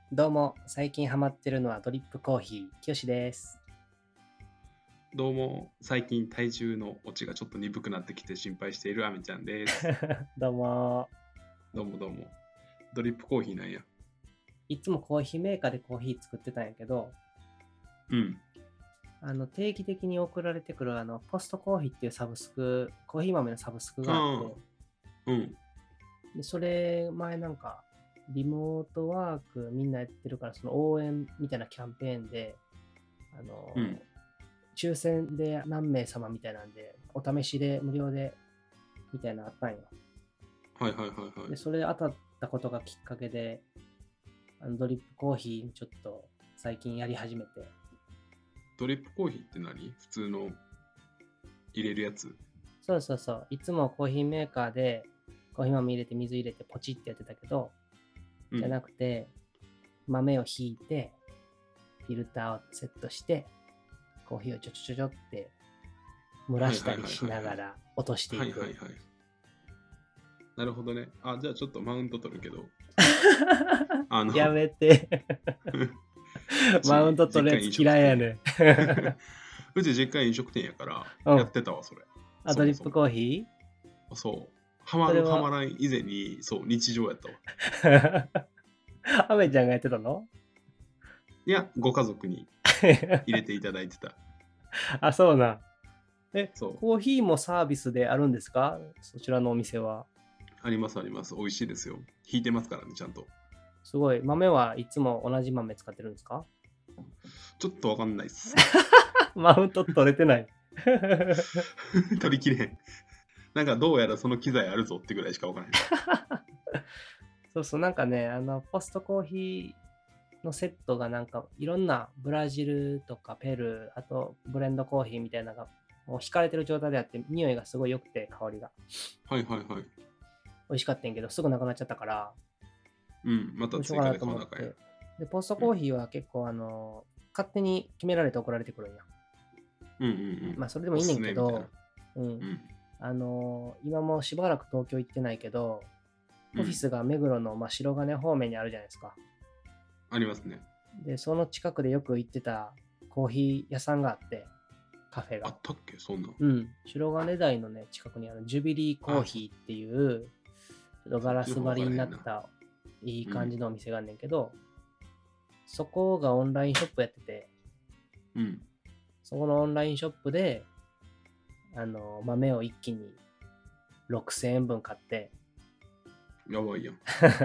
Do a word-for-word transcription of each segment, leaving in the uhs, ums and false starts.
どうも、最近ハマってるのはドリップコーヒー、きよしです。 どうも、最近体重の落ちがちょっと鈍くなってきて心配しているあめちゃんです。 どうも。 どうもどうも。ドリップコーヒーなんや。 いつもコーヒーメーカーでコーヒー作ってたんやけど、 うん。 あの定期的に送られてくるあのポストコーヒーっていうサブスク、コーヒー豆のサブスクがあっああ、うん。 て、でそれ前なんかリモートワークみんなやってるから、その応援みたいなキャンペーンで、あの、 うん。 抽選で何名様みたいなんで、お試しで無料でみたいなのあったんよ。 はいはいはいはで、 い。 それ当たったことがきっかけで、あのドリップコーヒーちょっと最近やり始めて。 ドリップコーヒーって何？普通の入れるやつ？ そうそうそう。いつもコーヒーメーカーでコーヒー豆入れて水入れてポチってやってたけど、 うん。 じゃなくて豆をひいてフィルターをセットしてコーヒーをちょちょちょちょって蒸らしたりしながら落としていく。 はいはいはい。なるほどね。あ、じゃあちょっとマウント取るけど、あの、 やめて。 うちマウント取るやつ嫌いやね。 うち実家飲食店やからうんやってたわ、それ。 あ、ドリップコーヒーそう。ハマるハマらん以前に、そう、日常やったわ。 ーアメちゃんがやってたの？ いや、ご家族に入れていただいてた。 あ、そうな。え、 そうコーヒーもサービスであるんですか？そちらのお店は。 ありますあります。美味しいですよ。引いてますからね、ちゃんと。 すごい。豆はいつも同じ豆使ってるんですか？ ちょっとわかんないっす。 マウント取れてない。 取りきれん。なんかどうやらその機材あるぞってぐらいしかわからない。 そうそう、なんかね、あの、ポストコーヒーのセットがなんかいろんなブラジルとかペルー、あとブレンドコーヒーみたいなのがもう引かれてる状態であって、匂いがすごい良くて、香りが。 はいはいはい。 美味しかったんやけど、すぐなくなっちゃったから、 うん、またどうしようかな追加でと思って。 買わなあかんや。 で、ポストコーヒーは結構あの、勝手に決められて送られてくるんや。 うんうんうん。 まあ、それでもいいねんけど、 おすすめみたいなうん。 うん。 あのー今もしばらく東京行ってないけど、 うんオフィスが目黒の、まあ、白金方面にあるじゃないですか。 ありますね。 で、その近くでよく行ってたコーヒー屋さんがあって、カフェが。 あったっけそんなん。 うん。白金台のね、近くにあるジュビリーコーヒーっていう、ちょっとガラス張りになったいい感じのお店があんねんけど、そこがオンラインショップやってて、 うん。 そこのオンラインショップで、あの、豆を一気にろくせんえんぶん買って、 やばいやん。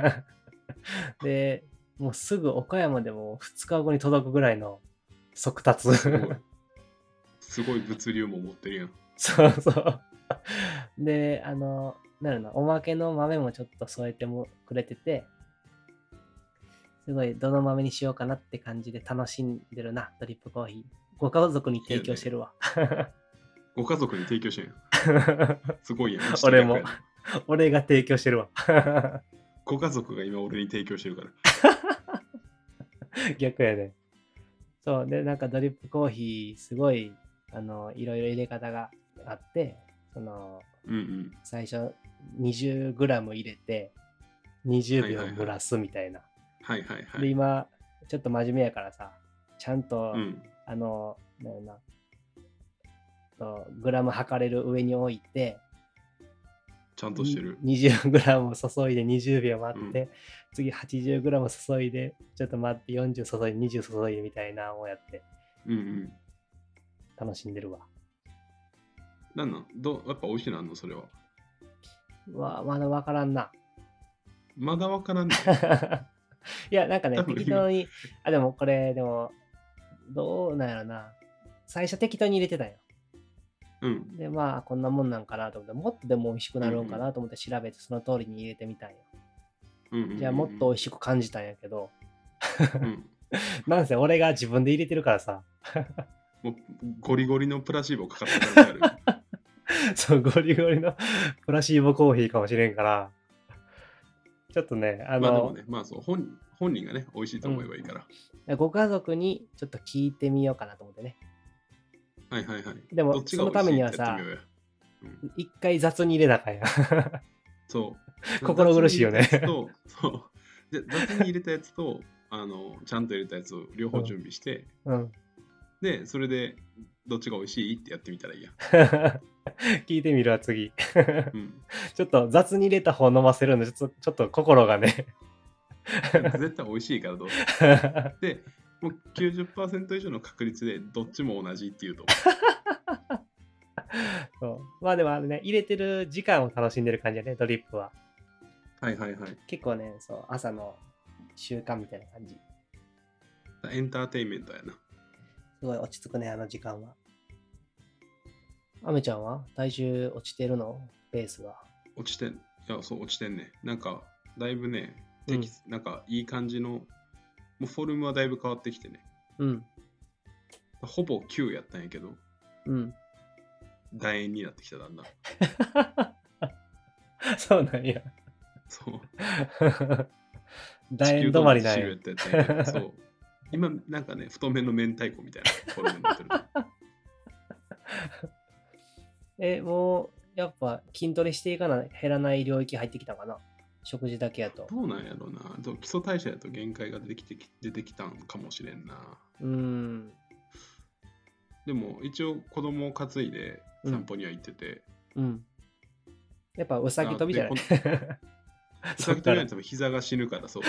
で、もうすぐ岡山でもふつかごに届くぐらいの速達。 すごい。すごい物流も持ってるやん。 そうそう。で、あの、なるな、おまけの豆もちょっと添えてもくれてて、すごいどの豆にしようかなって感じで楽しんでるな、ドリップコーヒー。ご家族に提供してるわ。 ご家族に提供してんやん。すごいやん。 俺も、俺が提供してるわ。 ご家族が今俺に提供してるから。 逆やね。そう。で、なんかドリップコーヒー、すごい、あの、いろいろ入れ方があって、その、 うんうん。 最初 にじゅうグラム 入れて、にじゅうびょう蒸らすみたいな。 はいはいはい。 で、今、ちょっと真面目やからさ、ちゃんと、 うん、 あの、なんやろな、とグラム測れる上に置いて、 ちゃんとしてる。 にじゅうグラム を注いでにじゅうびょう待って、 うん、 次 はちじゅうグラム 注いで、ちょっと待ってよんじゅう注いでにじゅう注いでみたいなのをやって、 うんうん。 楽しんでるわ。 なんなんどやっぱ美味しいのあんのそれは。 うわ、まだわからんな。 まだわからんね。 いや、なんかね、 多分適当に、あ、でもこれ、でも、どうなんやろな。最初適当に入れてたよ。 うん。 で、まあ、こんなもんなんかなと思って、もっとでも美味しくなるんかなと思って調べて、その通りに入れてみたんよ。 うんうんうんうん、 じゃあ、もっと美味しく感じたんやけど、 うん、 なんせ俺が自分で入れてるからさ。 もうゴリゴリのプラシーボかかってたらある。 そう、ゴリゴリのプラシーボコーヒーかもしれんから、ちょっとね、あの、 まあでもね、まあそう、本本人がね、美味しいと思えばいいから。 うん、ご家族にちょっと聞いてみようかなと思ってね。 はいはいはい。 でも、そのためにはさ、一、うん、回雑に入れなあかんや。 そう。 心苦しいよね。 そう。そうで雑に入れたやつと、 あのちゃんと入れたやつを両方準備して、 うん。 でそれでどっちが美味しいってやってみたらいいや。 聞いてみるわ、次。 うん。 ちょっと雑に入れた方飲ませるの、ちょっと、ちょっと心がね。 絶対美味しいからどうせ。で、もう きゅうじゅっパーセント 以上の確率でどっちも同じっていうと思そうまあでもあれね、入れてる時間を楽しんでる感じだね、ドリップは。 う。はいはいはい。 結構ね、そう、朝の習慣みたいな感じ。 エンターテインメントやな。 すごい落ち着くね、あの時間は。アメちゃんは体重落ちてるのペースが。 落ちてん。いや、そう、落ちてんね。なんか、だいぶね、 うん適なんかいい感じの、もうフォルムはだいぶ変わってきてね。 うん。 ほぼきゅうやったんやけど、 うん。 楕円になってきただんだん。 そうなんや。 そう。 楕円止まりなんや。 シルエットやったんやけど、そう。今、なんかね、太めの明太子みたいなフォルムになってる。 え、もう、やっぱ筋トレしていかない、減らない領域入ってきたかな、食事だけやと。 どうなんやろうな。でも基礎代謝やと限界が出てきて出てきたんかもしれんな。 うーん。 でも一応子供を担いで散歩には行ってて。 うん。うん、やっぱうさぎ跳びじゃない。 うさぎ跳びなんて膝が死ぬからそう。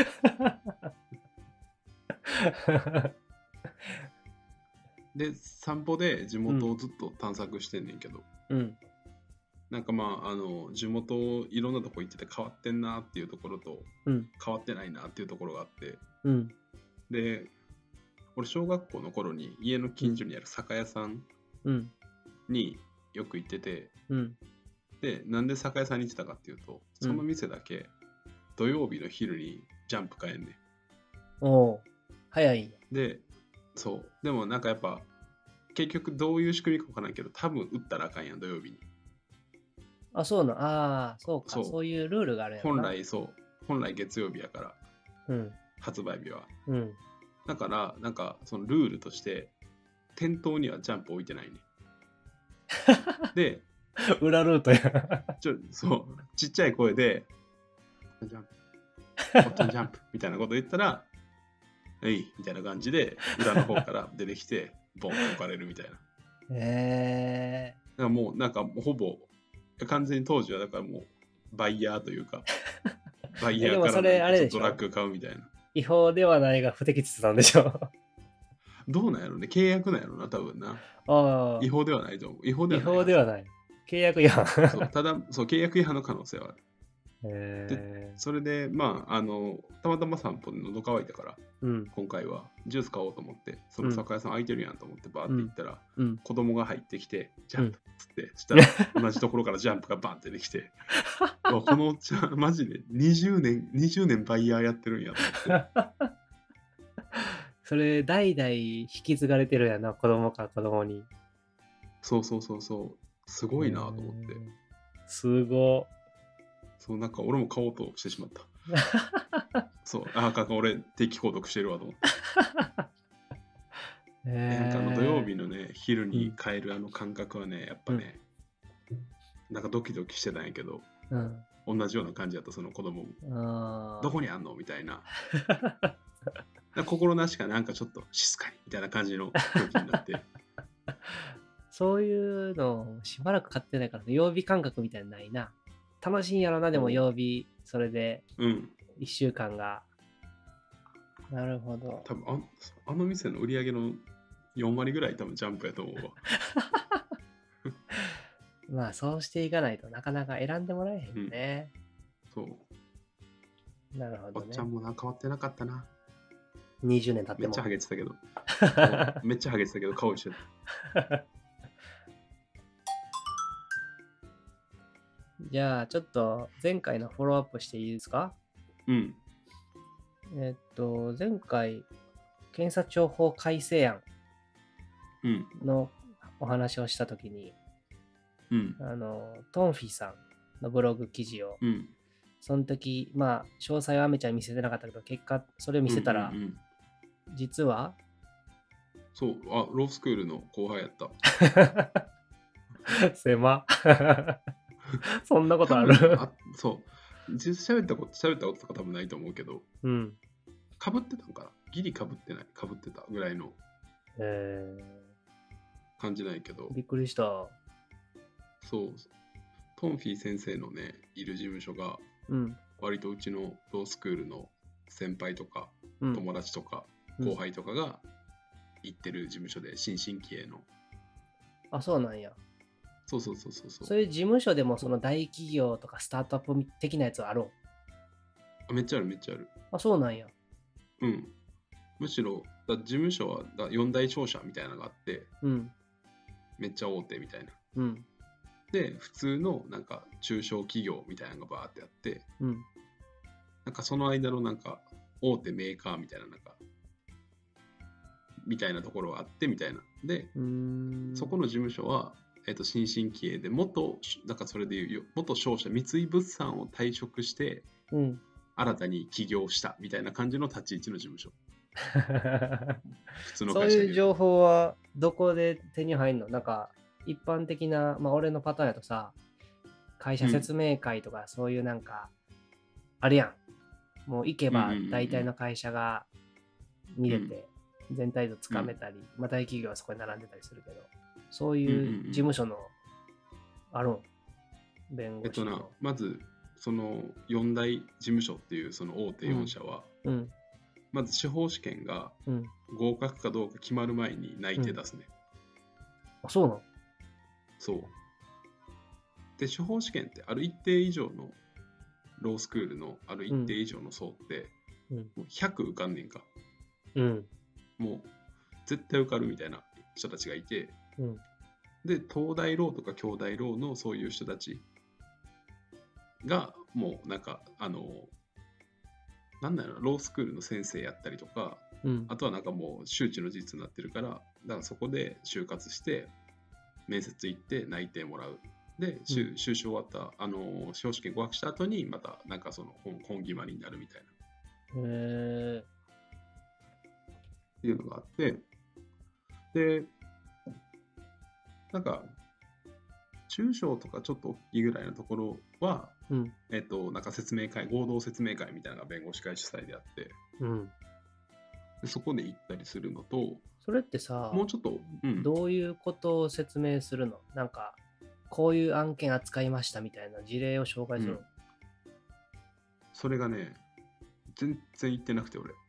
で、散歩で地元をずっと探索してんねんけど。うん。なんかまあ、あの地元いろんなとこ行ってて変わってんなっていうところと、うん、変わってないなっていうところがあって、うん、で俺小学校の頃に家の近所にある酒屋さんによく行ってて、うん、でなんで酒屋さんに行ってたかっていうと、その店だけ土曜日の昼にジャンプ買えんねん。 おー、早い。 でそうでもなんかやっぱ結局どういう仕組みか分からんけど、多分売ったらあかんやん土曜日に。 あ、そうな、ああ、そうか、そう、そういうルールがあるやんな。 本来そう、本来月曜日やから、うん、発売日は。うん、だから、なんかそのルールとして、店頭にはジャンプ置いてないね。で、 裏ルートや。 ちょそう、ちっちゃい声で、ジャンプ、おっちゃんジャンプみたいなこと言ったら、えいみたいな感じで、裏の方から出てきて、ボンと置かれるみたいな。へえー。だからもう、なんかほぼ、完全に当時はだからもうバイヤーというかバイヤーからドラッグ買うみたいな。 違法ではないが不適切なんでしょ。 どうなんやろね、契約なんやろな多分な。あ違法ではないと思う。違法ではない。 違法ではない。契約違反。 そうただそう契約違反の可能性はある。でそれでまああのたまたま散歩で喉乾いたから、うん、今回はジュース買おうと思ってその酒屋さん空いてるやんと思ってバーって行ったら、うん、子供が入ってきてジャンプっつって、うん、したら同じところからジャンプがバンって出てきてこのおっちゃんマジでにじゅうねんにじゅうねんバイヤーやってるんやと思ってそれ代々引き継がれてるやな、子供から子供に。 そうそうそうそうすごいなと思って。 すごい。 そうなんか俺も買おうとしてしまった。そうあかか俺定期購読してるわと思って。えー、なんかあの土曜日のね昼に買えるあの感覚はね、うん、やっぱね、うん、なんかドキドキしてたんやけど、うん、同じような感じだったその子供も。どこにあんのみたいな。心なしかなんかちょっと静かにみたいな感じの空気になって。 そういうのしばらく買ってないから、曜日感覚みたいなのないな。楽しいんやろな、でも曜日、それでいっしゅうかんが。うん、なるほど。 多分 あ, あの店の売り上げのよん割ぐらい多分ジャンプやと思うわ。 まあそうしていかないとなかなか選んでもらえへんね。 うん、そう。 なるほどね。 おっちゃんもな変わってなかったな。 にじゅうねん経っても。 めっちゃハゲてたけど。めっちゃハゲてたけど顔一緒だ。 じゃあちょっと前回のフォローアップしていいですか？うん。えっと前回検察庁法改正案のお話をしたときに、うん、あのトンフィさんのブログ記事を、うん、その時まあ詳細はアメちゃんに見せてなかったけど結果それを見せたら、うんうんうん、実はそうあロースクールの後輩やった。 狭そんなことある？ あそう実際喋ったこと喋ったこととか多分ないと思うけど、うん、 かぶってたんかな、ギリかぶってない、かぶってたぐらいの感じないけど、 びっくりした。 そう、トンフィー先生のね、いる事務所が、 うん、 割とうちのロースクールの先輩とか、 うん、 友達とか、後輩とかが行ってる事務所で、新進気鋭の。 あ、そうなんや。 そうそうそうそうそう。 そういう事務所でもその大企業とかスタートアップ的なやつあるん？ あ、めっちゃあるめっちゃある。 あ、そうなんや。 うん。むしろ、だ事務所はだよん大商社みたいなのがあって、 うん、 めっちゃ大手みたいな。 うん、 で、普通のなんか中小企業みたいなのがバーってあって、 うん、 なんかその間のなんか大手メーカーみたいななんか、みたいなところがあってみたいな。で、 うーんそこの事務所は、えっと、新進気鋭で、元、なんかそれでいうよ、元商社、三井物産を退職して、 うん、 新たに起業したみたいな感じの立ち位置の事務所。普通のそう会社で言うと。 いう情報はどこで手に入るの？なんか一般的な、まあ俺のパターンやとさ、会社説明会とかそういうなんか、あるやん。もう行けば大体の会社が見れて、全体像つかめたり、まあ大企業はそこに並んでたりするけど、そういう事務所のあるん？弁護士の。 えっとな、まず、そのよん大事務所っていうその大手よん社は、 うん、 まず司法試験がうん、 合格かどうか決まる前に内定出すね。 うん、あ、そうなの？ そう。で、司法試験ってある一定以上のロースクールのある一定以上の層って、 うん、 もうひゃく受かんねんか。 うん、 もう絶対受かるみたいな人たちがいて、 うん、 で、東大ローとか京大ローのそういう人たちがもうなんかあのなんだろう、ロースクールの先生やったりとか、 うん、 あとはなんかもう周知の事実になってるから、だからそこで就活して面接行って内定もらう。で、修習終わった、あの司法試験合格した後にまたなんかその本本決まりになるみたいな。 へーっていうのがあって、で、なんか中小とかちょっと大きいぐらいのところは、 うん、 えっと、なんか説明会、合同説明会みたいなのが弁護士会主催であって、 うん。 でそこで行ったりするのと、 それってさ、 もうちょっと、うん、 どういうことを説明するの？なんか、こういう案件扱いましたみたいな事例を紹介するの？うん、 それがね、全然行ってなくて、俺。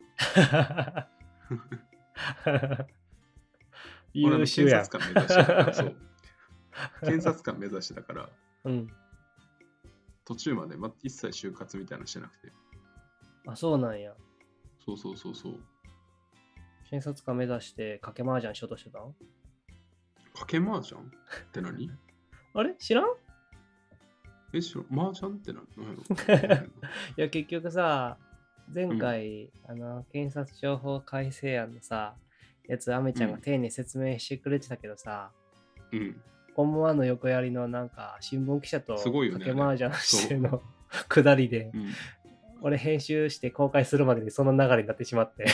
優秀やん。 俺は検察官目指してたから、そう。検察官目指してたから、 うん、 途中まで、ま、一切就活みたいなのしてなくて。 あ、そうなんや。 そうそうそうそう。 検察官目指して賭け麻雀しようとしてたん？ 賭け麻雀って何？ あれ知らん？ え、知らん。麻雀って何？ いや、結局さ、前回、うん、あの、検察庁法改正案のさ、やつ、アメちゃんが丁寧に説明してくれてたけどさ、 うん。 思わぬ横やりのなんか、新聞記者と賭け麻雀してのくだりで、 うん、 俺編集して公開するまでにその流れになってしまって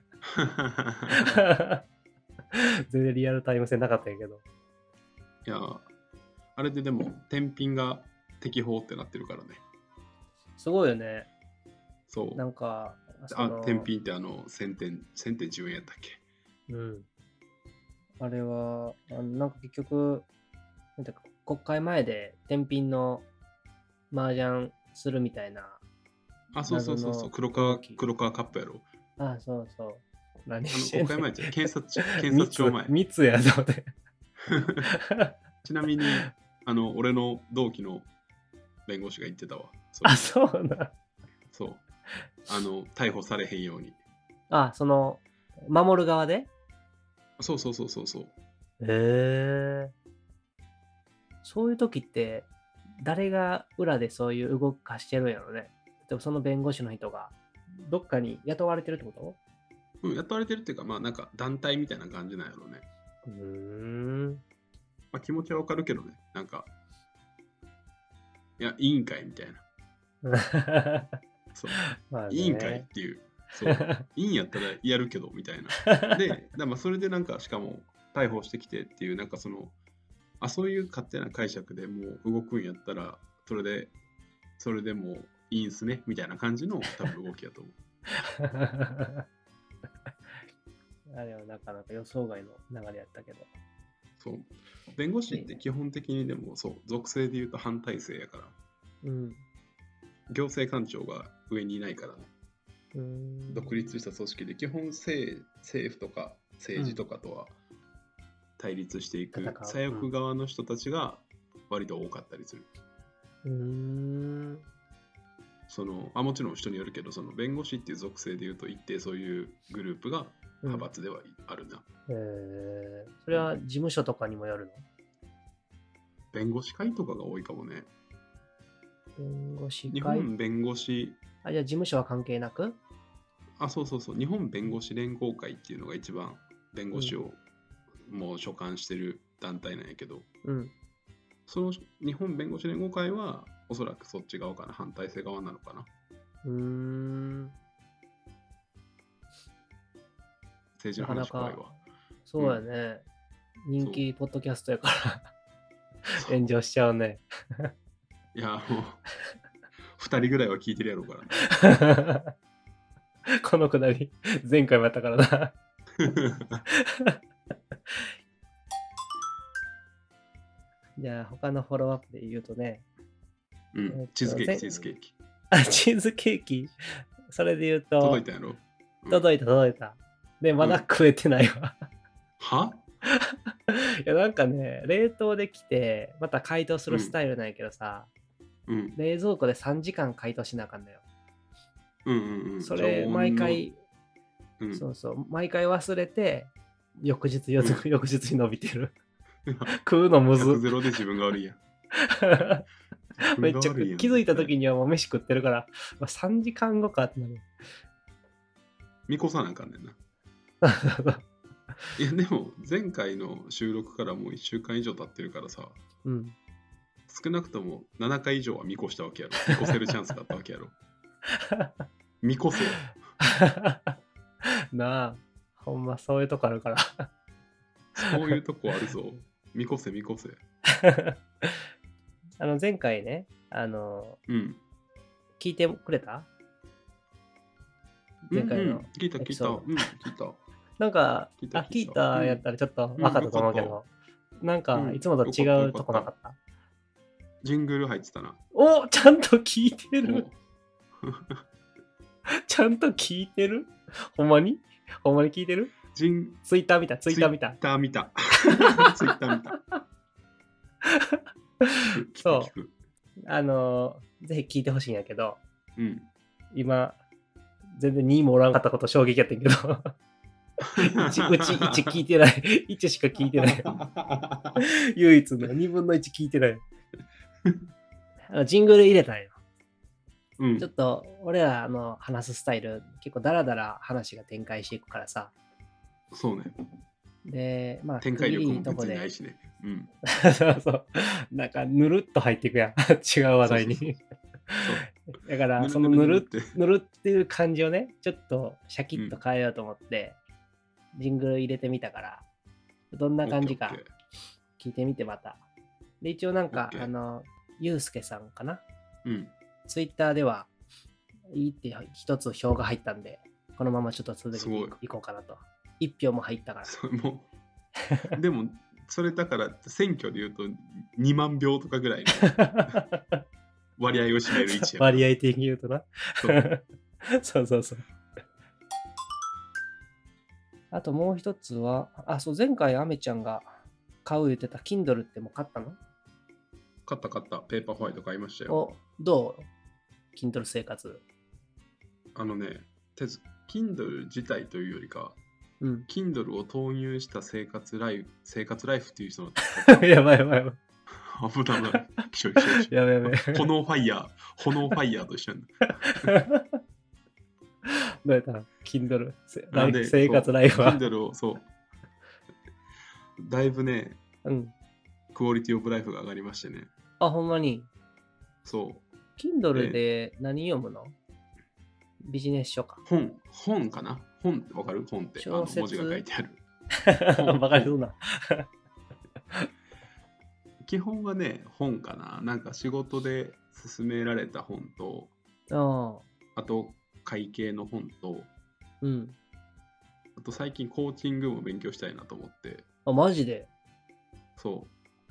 全然リアルタイム性なかったんやけど。 いや、あれででも、天品が適法ってなってるからね。 すごいよね。 そう。 なんか、 あ、天品ってあの、千点、千点じゅうえんやったっけ？ うん。あれは、あのなんか結局、なんていうか国会前で天品の麻雀するみたいな。 あ、そうそうそうそう、黒川、黒川カップやろ。 あ、そうそう。 何してんの？あの国会前じゃ、検察、検察庁前。 密やぞって。 ちなみに、あの、俺の同期の弁護士が言ってたわ。 あ、そうな。 そう。あの、逮捕されへんように。 あ、その、守る側で？ そうそうそうそうそう。 へえ。そういう時って、誰が裏でそういう動かしてるんやろね。例えばその弁護士の人が、どっかに雇われてるってこと？ うん、雇われてるっていうか、まあなんか団体みたいな感じなんやろうね。 うーん。 まあ気持ちはわかるけどね。なんか、いや、委員会みたいな。そう。まあ委員会っていう。そう。委員やったらやるけど、みたいな。で、だまあそれでなんか、しかも逮捕してきてっていう、なんかその、あ、そういう勝手な解釈でもう動くんやったら、それで、それでもういいんすね、みたいな感じの多分動きやと思う。 あれはなかなか予想外の流れやったけど。 そう。弁護士って基本的にでもそう、属性で言うと反体制やから。 うん。 行政官庁が上にいないからね。 うーん。 独立した組織で基本政政府とか政治とかとは対立していく、 戦う左翼側の人たちが割と多かったりする。 うーん。 そのあもちろん人によるけど、その弁護士っていう属性で言うと一定そういうグループが派閥ではあるな。 へえー、それは事務所とかにもよるの？ 弁護士会とかが多いかもね。 弁護士会。 日本弁護士。 あ、じゃあ事務所は関係なく？ あ、そうそうそう。日本弁護士連合会っていうのが一番弁護士をもう所管してる団体なんやけど、 うん、 その日本弁護士連合会はおそらくそっち側かな、反体制側なのかな。 うーん。 政治の話怖いわ。 そうやね。うん、人気ポッドキャストやから炎上しちゃうね。 いや、もうふたりぐらいは聞いてるやろうからね。 このくだり、前回もやったからな。じゃあ、他のフォローアップで言うとね。 うん、えー、チーズケーキ、チーズケーキ。 あ、チーズケーキ。それで言うと。 届いたやろ、 うん、届いた、届いた。で、まだ食えてないわ。うん、 はいや、なんかね、冷凍できて、また解凍するスタイルなんやけどさ、 うん、 冷蔵庫でさんじかん解凍しなあかんのよ。 うんうんうん、 それ毎回、うん、そうそう毎回忘れて翌日、うん、翌日に伸びてる食うのむずっゼロで自分が悪いやんめっちゃ気づいた時にはもう飯食ってるから、まあ、さんじかんごかってなる。 見越さなあかんねんな。いやでも前回の収録からもういっしゅうかん以上経ってるからさ、 うん、 少なくともななかい以上は見越したわけやろ。見越せるチャンスがあったわけやろ。見越せよなあ、ほんまそういうとこあるからそういうとこあるぞ。見越せ見越せあの前回ね、あの、 うん、 聞いてくれた？前回の、 うんうん、聞いた聞いた、うん、聞いた。 なんか聞いた、あ、聞いたやったらちょっと分かったと思うけど、うん、なんかいつもと違うとこなかった？ ジングル入ってたな。 お、ちゃんと聞いてるちゃんと聞いてる？ほんまに？ほんまに聞いてる？ ジンツイッター見た、ツイッター見た。 ツイッター見た。ツイッター見た。 そう。あのー、ぜひ聞いてほしいんやけど、 うん、 今、全然にもおらんかったこと衝撃やったんけど、うち、うちいち聞いてない。いちしか聞いてない。唯一のにぶんのいち聞いてない。あのジングル入れたんよ。うん、ちょっと俺らの話すスタイル結構ダラダラ話が展開していくからさ。 そうね。 で、まあ展開力も別にないしね。うん。 そうそう。なんかぬるっと入っていくやん。違う話題に。そうそうそうだからそのぬるってぬるっていう感じをね、ちょっとシャキッと変えようと思って、うん、ジングル入れてみたから、どんな感じか聞いてみてまた。で一応なんかあのゆうすけさんかな。 うん。 ツイッターではいいって一つ票が入ったんで、このままちょっと続けていこうかなと。一票も入ったから。 そもうでも、それだから選挙で言うとにまんひょうとかぐらいの割合を占める位置や。 割合的に言うとな。そうそうそうそう。あともう一つは、あ、そう、前回アメちゃんが買う言ってた Kindle ってもう買ったの？ 買った買った。ペーパーホワイト買いましたよ。 お、どう？Kindle 生活。 あのね、Kindle 自体というよりか、 うん、 Kindle を投入した生活ライフ、生活ライフっていう人のやばいやばいやばい。 危ない危ない。気象気象気象。 やばいやばい。 炎ファイヤー、炎ファイヤーと一緒に。 どうやったの Kindle 生活ライフは。 Kindle をそう。だいぶね、 うん、 クオリティオブライフが上がりましてね。 あ、ほんまに。 そう。 Kindle で何読むの？ビジネス書か。 本、本かな？本ってわかる？本ってあの文字が書いてある。 わかるそうな。 基本はね、本かな。なんか仕事で勧められた本と、 ああと会計の本と、 うん。 あと最近コーチングも勉強したいなと思って、 あ、マジで。 そう、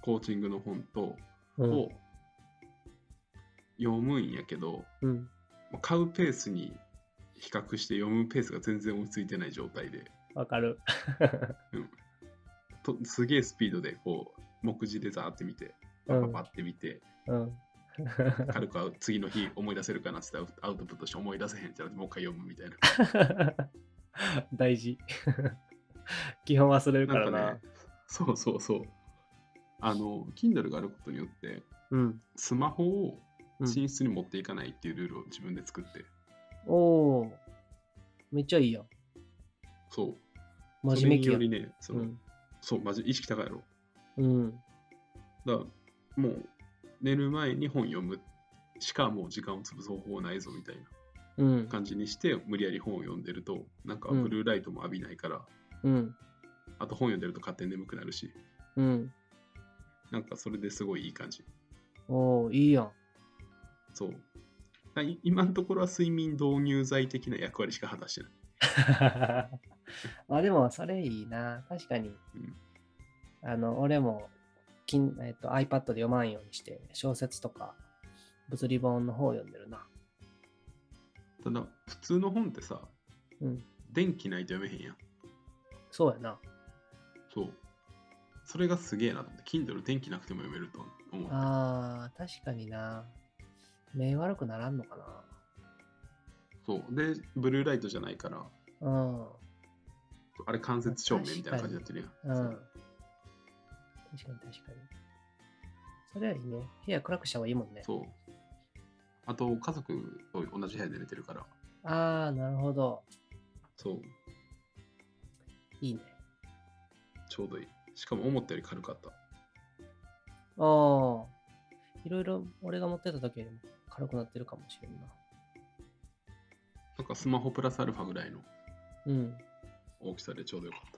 コーチングの本と、 うん、 を読むんやけど、 うん、 買うペースに比較して読むペースが全然追いついてない状態で。 わかる。 うん、とすげえスピードでこう目次でザーって見て、パパパって見て、 うん、 軽く次の日思い出せるかなって言ったらアウトプットして思い出せへんってなってもう一回読むみたいな。 大事。基本忘れるからな。 なんかね、そうそうそう。あの、Kindle があることによって、 うん、 スマホを寝室に持っていかないっていうルールを自分で作って。 うん、おー、めっちゃいいやん。 そう。 真面目きやん。 それによりね、その、うん、そう、マジ意識高いやろ。 うん。 だからもう寝る前に本読むしかもう時間を潰す方法ないぞみたいな感じにして、うん、無理やり本を読んでるとなんかブルーライトも浴びないから、うん、あと本読んでると勝手に眠くなるし、うん、なんかそれですごいいい感じ。 おー、いいやん。 そう今のところは睡眠導入剤的な役割しか果たしてない。 あ、でもそれいいな。確かに、うん、あの俺もえっと、iPad で読まんようにして小説とか物理本の方を読んでるな。 ただ普通の本ってさ、うん、電気ないと読めへんやん。 そうやな。 そう。それがすげえなと思って、Kindle 電気なくても読めると思って。 ああ、確かにな。目悪くならんのかな。 そうでブルーライトじゃないから、うん、あれ間接照明みたいな感じになってるやん。うん、 確かに確かに。それはいいね。部屋暗くした方がいいもんね。 そう。あと家族と同じ部屋で寝てるから。 ああ、なるほど。 そう。 いいね。 ちょうどいい。しかも思ったより軽かった。ああ。いろいろ俺が持ってた時よりも軽くなってるかもしれんな。 なんかスマホプラスアルファぐらいの大きさでちょうどよかった。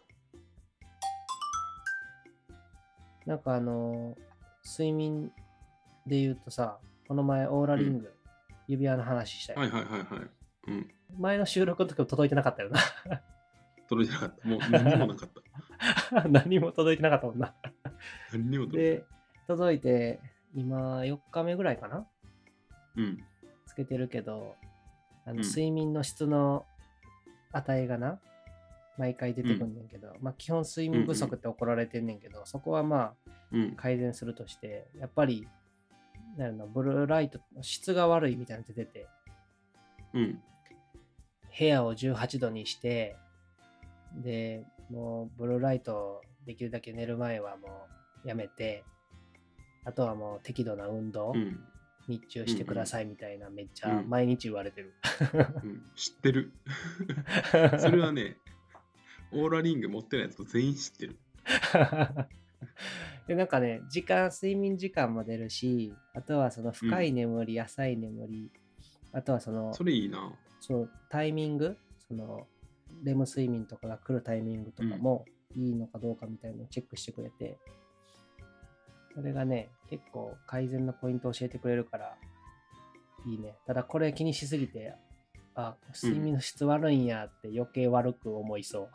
うん、なんかあのー、睡眠で言うとさ、この前オーラリング、うん、指輪の話したよ。 はいはいはいはい。うん、 前の収録の時も届いてなかったよな。 届いてなかった。もう何もなかった。 何も届いてなかったもんな。 何にも届いてない。 で、届いて今よっかめぐらいかな。 うん。 つけてるけど、あの睡眠の質の値がな、毎回出てくんねんけど、うん、まあ基本睡眠不足って怒られてんねんけど、うんうん、そこはまあ改善するとして、やっぱりなんのブルーライトの質が悪いみたいなの出てて、うん、部屋をじゅうはちどにして、でもうブルーライトできるだけ寝る前はもうやめて、あとはもう適度な運動、うん、日中してくださいみたいな、めっちゃ毎日言われてる。 うんうん、知ってる。それはね、オーラリング持ってないやつと全員知ってる。 でなんかね、時間、睡眠時間も出るし、あとはその深い眠り、うん、浅い眠り、あとはその、 それいいな。 そう、タイミング、その、レム睡眠とかが来るタイミングとかもいいのかどうかみたいなのをチェックしてくれて、それがね、結構改善のポイントを教えてくれるから、いいね。ただこれ気にしすぎて、あ、睡眠の質悪いんやって余計悪く思いそう。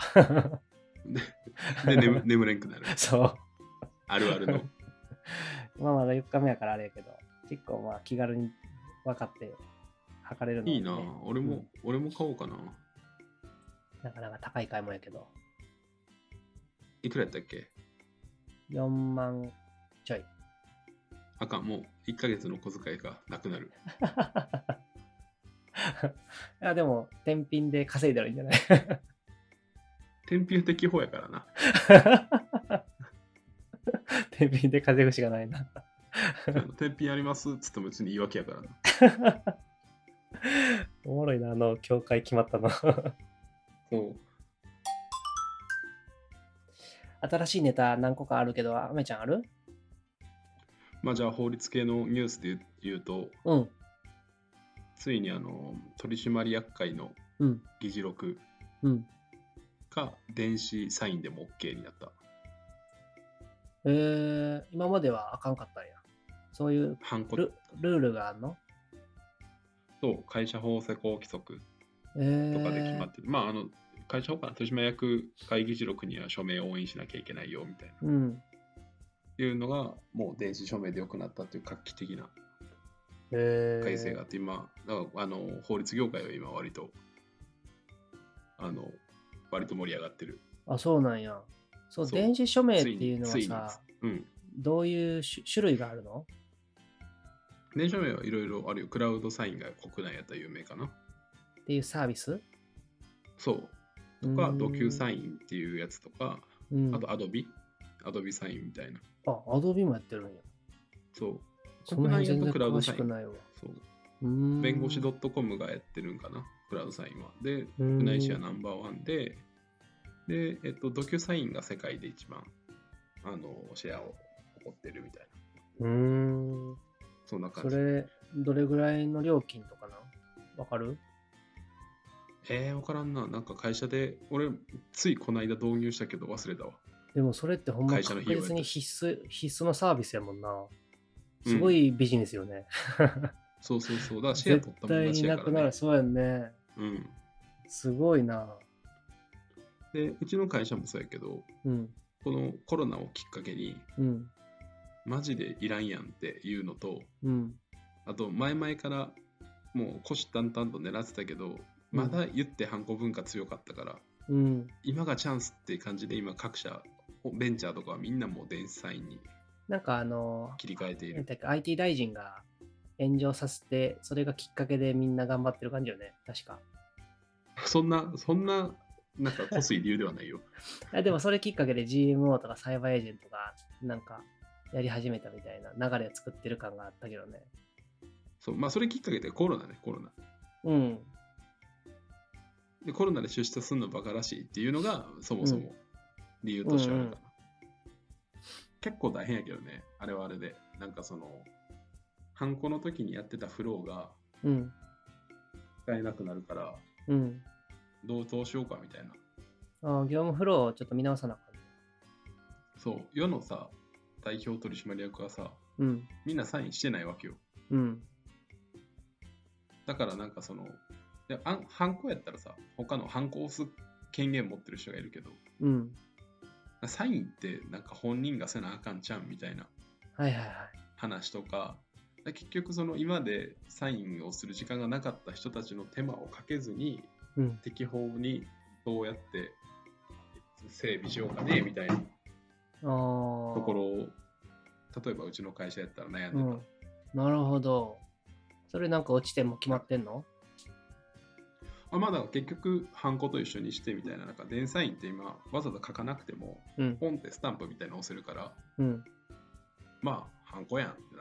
で、で 眠, 眠れんくなる。 そう。 あるあるの。 まあまだよっかめやからあれやけど、結構まあ気軽に分かって測れるの、ね、 いいな。俺も、うん、俺も買おうかな。 なかなか高い買い物やけど。 いくらやったっけ？ よんまんちょい。 あかん、もういっかげつの小遣いがなくなる。 いやでも、天品で稼いだらいいんじゃない？ 天品適法やからな。 天品で稼ぐしかないな。 天品ありますっつっても別に言い訳やからな。おもろいな、あの教会決まったの。そう。新しいネタ何個かあるけど、あめちゃんある？ まあじゃあ法律系のニュースで言うと、うん、ついにあの取締役会の議事録が電子サインでも OK になった。 えー、今まではあかんかったんや。そういうルルールがあるの？ そう、会社法施行規則とかで決まってて、えー、まああの会社ほかな取締役会議事録には署名を押印しなきゃいけないよみたいな、うん、いうのがもう電子署名でよくなったっていう画期的な改正があって、今あの法律業界は今割とあの割と盛り上がってる。 あ、そうなんや。そう、そう電子署名っていうのはさ、うん、どういう種類があるの？ 電子署名はいろいろあるよ。クラウドサインが国内やったら有名かな。 っていうサービス？ そう。とか、ドキュサインっていうやつとか、うん、あとアドビアドビサインみたいな。 あ、アドビもやってるんや。 そう。国内やとクラウドサイン。そう。弁護士 .com がやってるんかな、クラウドサインは。で、国内シェアナンバーワンで、で、えっと、ドキュサインが世界で一番あのシェアを誇ってるみたいな。うーん。そんな感じ。 それ、どれぐらいの料金とかな？わかる？ えー、わからんな。なんか会社で、俺、ついこの間導入したけど忘れたわ。 でもそれってほんま確実に必須、必須のサービスやもんな。すごいビジネスよね。 うん、そうそうそう。だからシェア取ったもんなしやからね。絶対いなくなる。そうやんね。うん。すごいな。 で、うちの会社もそうやけど、うん、このコロナをきっかけに、うん、マジでいらんやんっていうのと、うん、あと前々からもう虎視眈々と狙ってたけど、まだ言ってハンコ文化強かったから、うん、今がチャンスって感じで今各社ベンチャーとかはみんなもう電子サインになんかあの切り替えている。 アイティー 大臣が炎上させて、それがきっかけでみんな頑張ってる感じよね、確か。 そんなそんななんかこすい理由ではないよ。 いやでもそれきっかけで ジーエムオー とかサイバーエージェントがなんかやり始めたみたいな流れを作ってる感があったけどね。 そう、まあそれきっかけでコロナね、コロナ。うん。でコロナで出社するのバカらしいっていうのがそもそも理由としてあるかな、うんうんうん。結構大変やけどね、あれはあれで。なんかその、ハンコの時にやってたフローが使えなくなるから、うん、どうどうしようかみたいな。 ああ、業務フローをちょっと見直さなかった。 そう、世のさ、代表取締役はさ、うん、みんなサインしてないわけよ。うん。だからなんかその、いやあハンコやったらさ、他のハンコを押す権限持ってる人がいるけど、うん、サインってなんか本人がせなあかんちゃんみたいな話とか、はいはいはい、結局その今までサインをする時間がなかった人たちの手間をかけずに、うん、適法にどうやって整備しようかねみたいなところを、例えばうちの会社やったら悩んでた、うん、 なるほど。それなんか落ちても決まってんの？ あ、まだ結局ハンコと一緒にしてみたいな、なんか電サインって今わざわざ書かなくても、うん、ポンってスタンプみたいなの押せるから、うん、まあハンコやんってな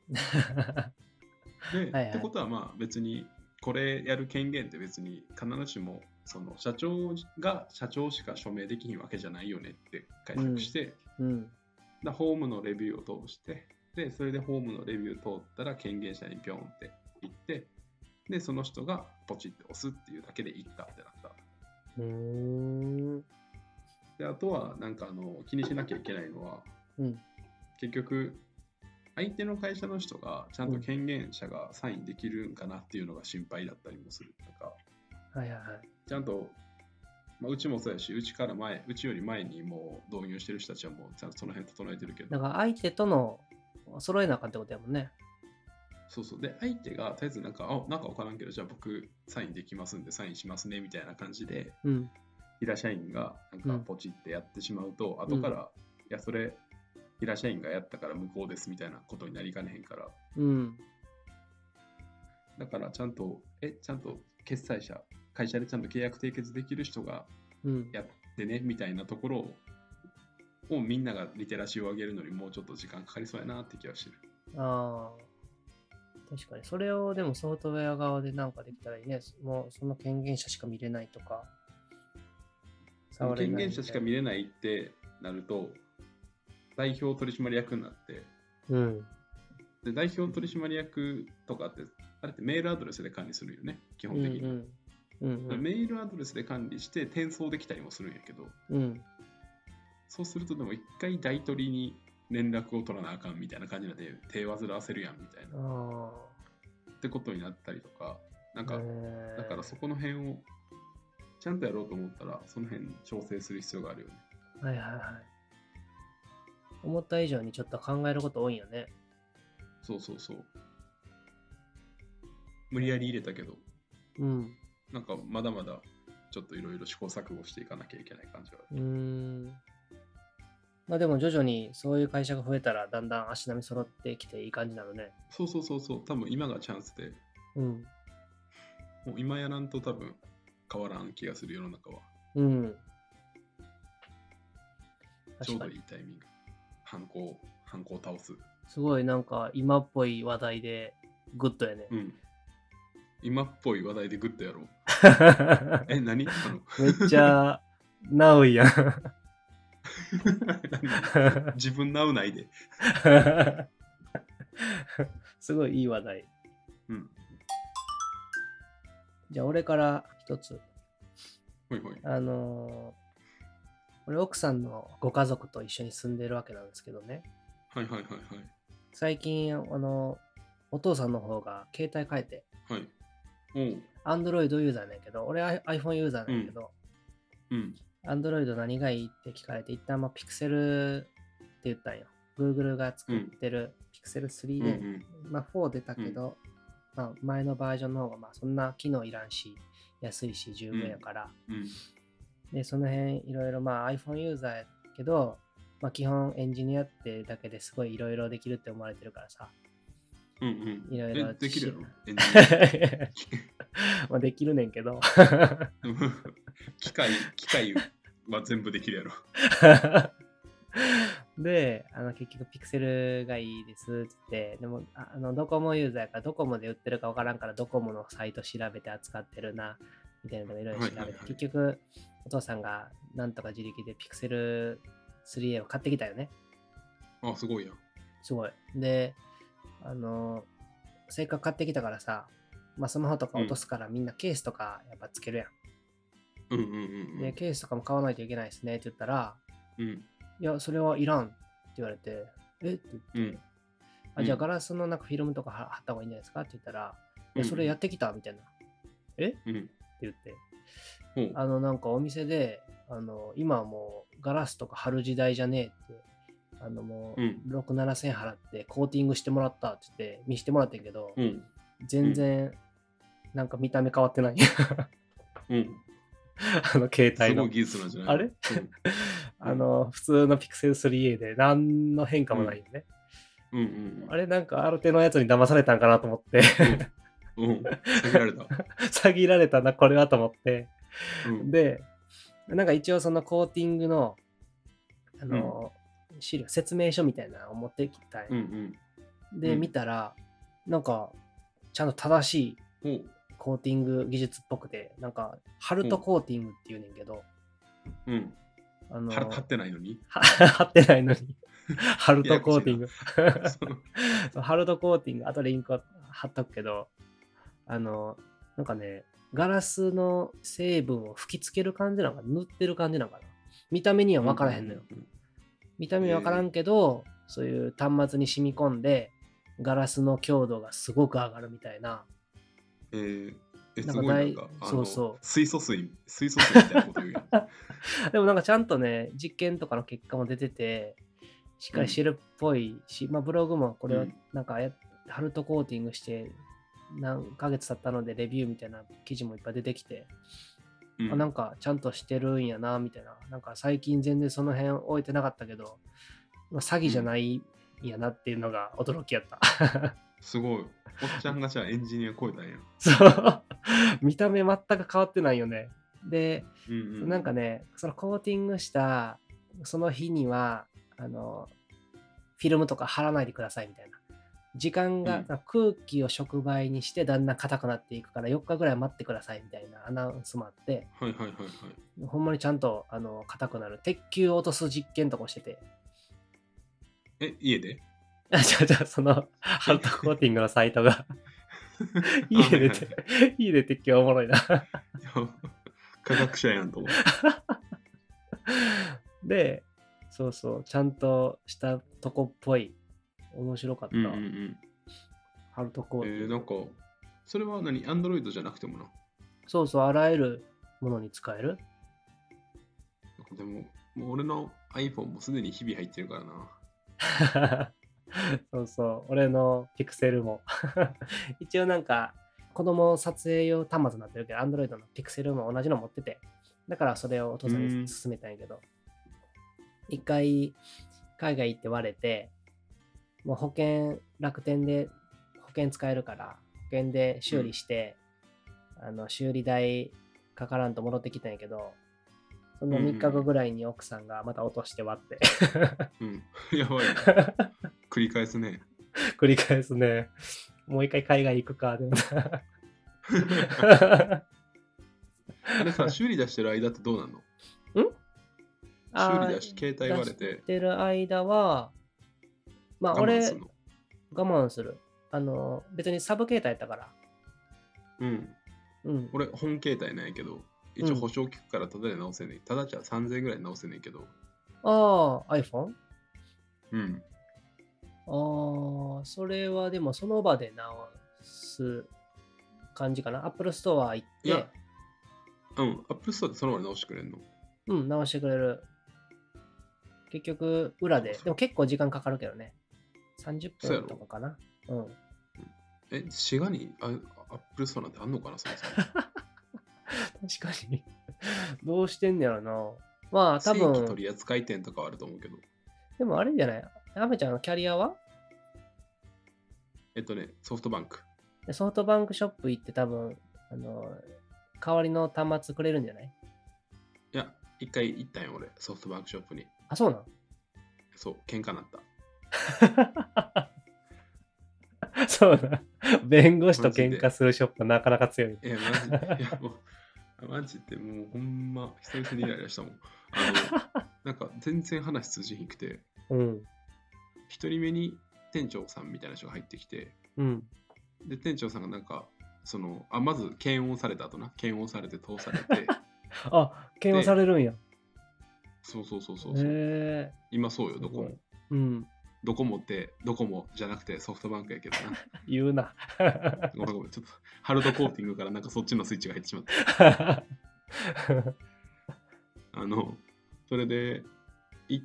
ってで、はいはい、ってことはまあ別にこれやる権限って別に必ずしもその社長が社長しか署名できひんわけじゃないよねって解釈して、うんうん、だホームのレビューを通してでそれでホームのレビュー通ったら権限者にピョンって言ってでその人がポチって押すっていうだけでいいかってなった。うーんであとはなんかあの気にしなきゃいけないのは、うん、結局相手の会社の人がちゃんと権限者がサインできるんかなっていうのが心配だったりもする。なんか、はいはいはい、ちゃんと、まあ、うちもそうやし、うちから前、うちより前にもう導入してる人たちはもうちゃんとその辺整えてるけど。 だから相手との揃えなあかんってことやもんね。 そうそう。で、相手がとりあえずなんか、あ、なんか分からんけど、じゃあ僕サインできますんでサインしますねみたいな感じで、うん、平社員がなんかポチってやってしまうと、うん、後から、うん、いや、それ、平社員がやったから無効ですみたいなことになりかねへんから、うん、だからちゃんとえちゃんと決裁者会社でちゃんと契約締結できる人がやってね、うん、みたいなところをみんながリテラシーを上げるのにもうちょっと時間かかりそうやなって気がしてる。 ああ、確かにそれをでもソフトウェア側でなんかできたらいいね。もうその権限者しか見れないとか、 触れない権限者しか見れないってなると代表取締役になって、うん、で代表取締役とかってあれってメールアドレスで管理するよね基本的に、うんうんうん、メールアドレスで管理して転送できたりもするんやけど、うん、そうするとでも一回代取りに連絡を取らなあかんみたいな感じで手煩わせるやんみたいなってことになったりとか、 なんか、だからそこの辺をちゃんとやろうと思ったら、その辺調整する必要があるよね。 はいはいはい。思った以上にちょっと考えること多いよね。 そうそうそう。無理やり入れたけど、 うん。 なんかまだまだちょっといろいろ試行錯誤していかなきゃいけない感じがある。うーん。まあでも徐々にそういう会社が増えたらだんだん足並み揃ってきていい感じなのね。 そうそうそうそう。多分今がチャンスで。 うん。 もう今やらんと多分変わらん気がする世の中は。 うん。 ちょうどいいタイミング。ハンコ、ハンコを倒す。 すごいなんか今っぽい話題でグッドやね。 うん。今っぽい話題でグッドやろう。え、何あのめっちゃナウイやん。 自分ナウないで。 すごいいい話題。 うん。 じゃあ俺から一つ。 ほいほい。 あのー、俺奥さんのご家族と一緒に住んでるわけなんですけどね。 はいはいはいはい。 最近あのお父さんの方が携帯変えて。 はい。おう。 Android ユーザーなんやけど、俺 iPhone ユーザーなんやけど、 うん。 Android 何がいいって聞かれて、一旦まあ Pixel って言ったんよ。Google が作ってる ピクセルスリー で、 うんうん、 まあフォー出たけど、うん、まあ前のバージョンの方がまあそんな機能いらんし、安いし十分やから、 うんうん、 で、その辺いろいろまあ iPhone ユーザーやけど、まあ基本エンジニアってだけですごいいろいろできるって思われてるからさ。 うんうん。 いろいろできるやろエンジニア。 まあできるねんけど。 機械、機械は全部できるやろ。 で、あの結局ピクセルがいいですって、でもあのドコモユーザーやからドコモで売ってるかわからんからドコモのサイト調べて扱ってるなみたいなのがいろいろ調べて、はいはいはい、結局お父さんがなんとか自力でピクセル スリーエー を買ってきたよね。 あ、すごいや。 すごい。で、あのせっかく買ってきたからさ、まあ、スマホとか落とすからみんなケースとかやっぱつけるやん。 うんうんうんうん、 で、ケースとかも買わないといけないですねって言ったら、 うん、 いや、それはいらんって言われて、えって言って、うん、あ、じゃあガラスのなんかフィルムとか貼った方がいいんじゃないですかって言ったら、うん、いや、それやってきたみたいな。え、うん、って言って、うん、あの、なんかお店で、あの、今はもうガラスとか貼る時代じゃねえって、あのもうろく、ななせん払ってコーティングしてもらったって言って見せてもらってんけど、うん、全然なんか見た目変わってない。うん。あの携帯の。 すごい技術なんじゃない？ あれ、うん、あの普通の ピクセルスリーエー で何の変化もないよね。 うんうんうん、 あれなんかアルテのやつに騙されたんかなと思って。 うん。うん、詐欺られた。 詐欺られたなこれはと思って。うん、で、なんか一応そのコーティングのあの、うん、資料説明書みたいなのを持ってきたん、うんうん、で、うん、見たらなんかちゃんと正しいコーティング技術っぽくて、なんかハルトコーティングって言うねんけど、 うん、あの貼ってないのに貼ってないのにハルトコーティングそうハルトコーティング、あとリンク貼っとくけど、あのなんかね、ガラスの成分を吹きつける感じなのか塗ってる感じなのかな、見た目には分からへんのよ、うんうんうん、見た目には分からんけど、えー、そういう端末に染み込んでガラスの強度がすごく上がるみたいな。 えー、えすごいなんかそうそう水素水水素水みたいなこと言うやん。 でもなんかちゃんとね実験とかの結果も出ててしっかりしてるっぽいし、うん、まあブログもこれをなんかや、うん、ハルトコーティングして何ヶ月経ったのでレビューみたいな記事もいっぱい出てきて、うん、あなんかちゃんとしてるんやなみたいな、なんか最近全然その辺置いてなかったけど、まあ、詐欺じゃないんやなっていうのが驚きやった。 すごい。おっちゃんがじゃあエンジニア超えたんや。 そう見た目全く変わってないよね。で、うんうん、なんかね、そのコーティングしたその日にはあのフィルムとか貼らないでくださいみたいな。時間が、うん、空気を触媒にしてだんだん硬くなっていくからよっかぐらい待ってくださいみたいなアナウンスもあって、 はいはいはいはい、 ほんまにちゃんとあの硬くなる鉄球を落とす実験とかしてて。 え、家で？ あ、じゃあじゃあそのハルトコーティングのサイトが家でて家で鉄球おもろいな。 科学者やんと思う。で、そうそうちゃんとしたとこっぽい面白かった。うんうんうん、ハルトコーティング。 えー、なんかそれは何 Android じゃなくてもな。 そうそう、あらゆるものに使える。 でも、もう俺の iPhone もすでに日々入ってるからな。そうそう、俺の Pixel も。一応なんか、子供撮影用端末になってるけど、Android の Pixel も同じの持ってて、だからそれをお父さんに勧めたんやけど、一回海外行って割れて、もう保険、楽天で保険使えるから、保険で修理して、うん、あの修理代かからんと戻ってきたんやけど、そのみっかごぐらいに奥さんがまた落として割って。 うん、やばい、ね。繰り返すね。 繰り返すね。もう一回海外行くか。でもあれさ、修理出してる間ってどうなの？ん？修理出し、携帯割れて。 出してる間は、まあ俺、我慢する。あの、別にサブ携帯やったから。 うん。うん、俺、本携帯なんやけど、一応保証聞くからただで直せねえ。うん、ただじゃさんぜんえんぐらい直せねえけど。 ああ、iPhone？ うん。 ああ、それはでもその場で直す感じかな。Apple Store 行って。いや、 うん、Apple Store でその場で直してくれるの？ うん、直してくれる。結局、裏で。でも結構時間かかるけどね。さんじゅっぷんとかかな。うん。 え、滋賀に Apple Store なんてあんのかな、そもそも。 確かに。どうしてんねやろな。まあ多分。 正規取扱店とかはあると思うけど。 でもあれじゃない。アメちゃんのキャリアは？ えっとね、ソフトバンク。 ソフトバンクショップ行って多分、あの、代わりの端末くれるんじゃない？ いや、一回行ったんよ、俺、ソフトバンクショップに。 あ、そうなん？ そう、喧嘩なった。 そうだ。弁護士と喧嘩するショップなかなか強い。 いや、マジ。いや、もう、マジでもうほんま、久々にイライラしたもん。あの、なんか全然話通じひんくて、 うん。 一人目に店長さんみたいな人が入ってきて、 うん。 で、店長さんがなんか、その、あ、まず検温された後な、検温されて通されて、 あ、検温されるんや。 そうそうそうそうそう。 へ今そうよ、どこも。 うん。 ドコモって、ドコモじゃなくてソフトバンクやけどな。 言うな。 ごめんごめん、ちょっとハルドコーティングからなんかそっちのスイッチが入ってしまった。あの、それで行って、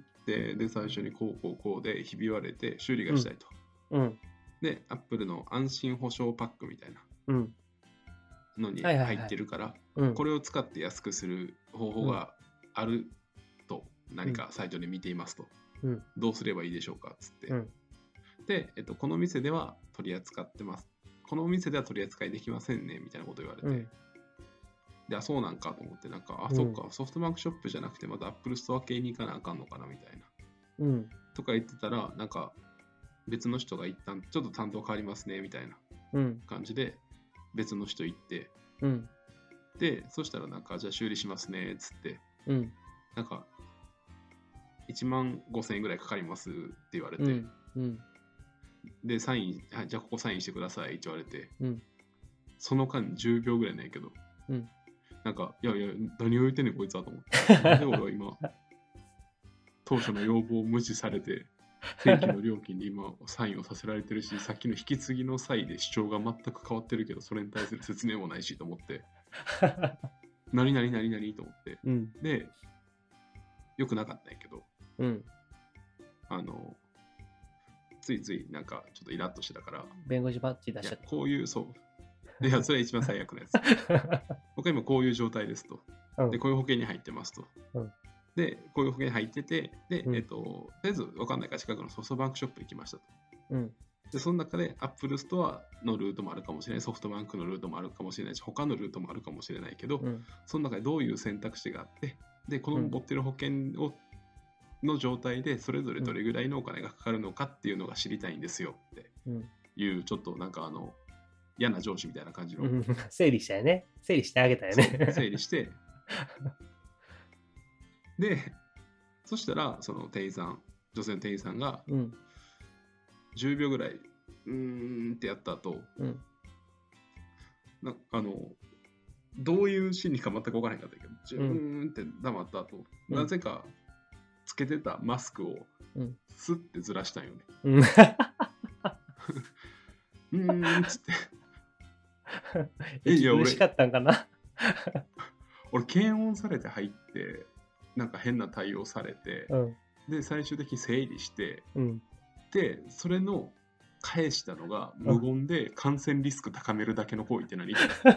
で、最初にこうこうこうでひび割れて修理がしたいと。 うんうん、 で、アップルの安心保証パックみたいなのに入ってるから、これを使って安くする方法があると何かサイトで見ていますと。うん、どうすればいいでしょうかっつって、うん、で、えっと、この店では取り扱ってます、このお店では取り扱いできませんねみたいなこと言われて、うん、で、あ、そうなんかと思って、なんか、あ、そうか、ソフトバンクショップじゃなくてまたアップルストア系に行かなあかんのかなみたいな、うん、とか言ってたら、なんか別の人が一旦ちょっと担当変わりますねみたいな感じで別の人行って、うん、で、そしたらなんか、じゃあ修理しますねっつって、うん、なんかいちまんごせんえんぐらいかかりますって言われて、うんうん、で、サイン、はい、じゃあここサインしてくださいって言われて、うん、その間じゅうびょうぐらいなんやけど、うん、なんか、いやいや、何を言ってんねんこいつはと思って。なんで俺は今、当初の要望を無視されて、定期の料金で今サインをさせられてるし、さっきの引き継ぎの際で主張が全く変わってるけど、それに対する説明もないしと思って、何何何何と思って、うん、で、よくなかったんやけど、うん、あのついついなんかちょっとイラッとしてたから弁護士バッジ出しちゃった。 こういうそういやそれ一番最悪のやつ僕は今こういう状態ですと、うん、でこういう保険に入ってますと、うん、でこういう保険に入っててで、うん、えっととりあえず分かんないから近くのソフトバンクショップ行きましたと、うん、でその中で Apple Store のルートもあるかもしれない、ソフトバンクのルートもあるかもしれないし、他のルートもあるかもしれないけど、うん、その中でどういう選択肢があって、でこの持ってる保険をの状態でそれぞれどれぐらいのお金がかかるのかっていうのが知りたいんですよっていう、ちょっとなんかあの嫌な上司みたいな感じの、うん、 整理したよね。整理してあげたよね。 整理してでそしたらその店員さん、女性の店員さんがじゅうびょうぐらいうーんってやった後、うん、なあのどういう心理か全く分からへんかったけど、ジューンって黙った後、うん、なぜかつけてたマスクをスッてずらしたんよね。うん、うーんっつって。 え、いや、 嬉しかったんかな。 俺、検温されて入って、なんか変な対応されて、 うん、 で、最終的に整理して、 うん、 で、それの返したのが無言で感染リスク高めるだけの行為って何？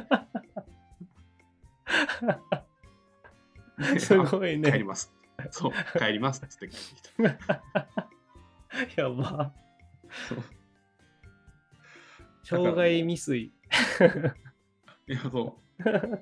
すごいね。 帰ります。そう、帰りますっつって帰ってきた。 やば。 そう。 障害未遂。 いや、そう。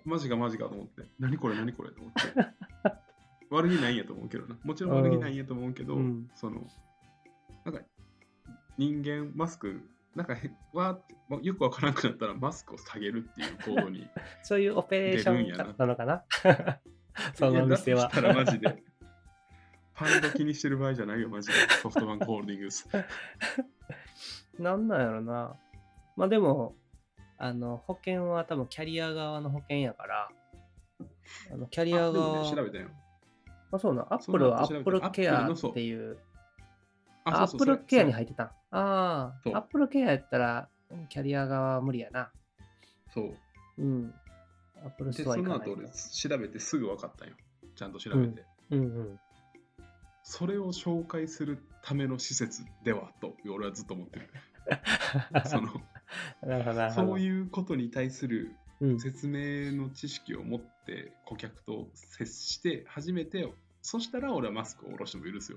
マジかマジかと思って。何これ何これと思って。悪気ないんやと思うけどな。もちろん悪気ないんやと思うけど、うん、その、なんか、人間、マスク、なんかへわーってよくわからなくなったらマスクを下げるっていう行動にそういうオペレーションだったのかな。その店は。 だとしたらマジでパンド気にしてる場合じゃないよマジで。ソフトバンクホールディングス。 なんなんやろな。まあでもあの保険は多分キャリア側の保険やから、あのキャリア側、 ね、調べたよ。 あ、そうな。アップルはアップルケアっていう。アップルケアに入ってた。ああ、アップルケアやったらキャリア側は無理やな。 そう。 うん。アップルストアで、その後俺調べてすぐ分かったんよ。ちゃんと調べて。 うん、うん、うん。 それを紹介するための施設ではと俺はずっと思ってる。そのそういうことに対する説明の知識を持って顧客と接して初めて、そしたら俺はマスクを下ろしても許すよ。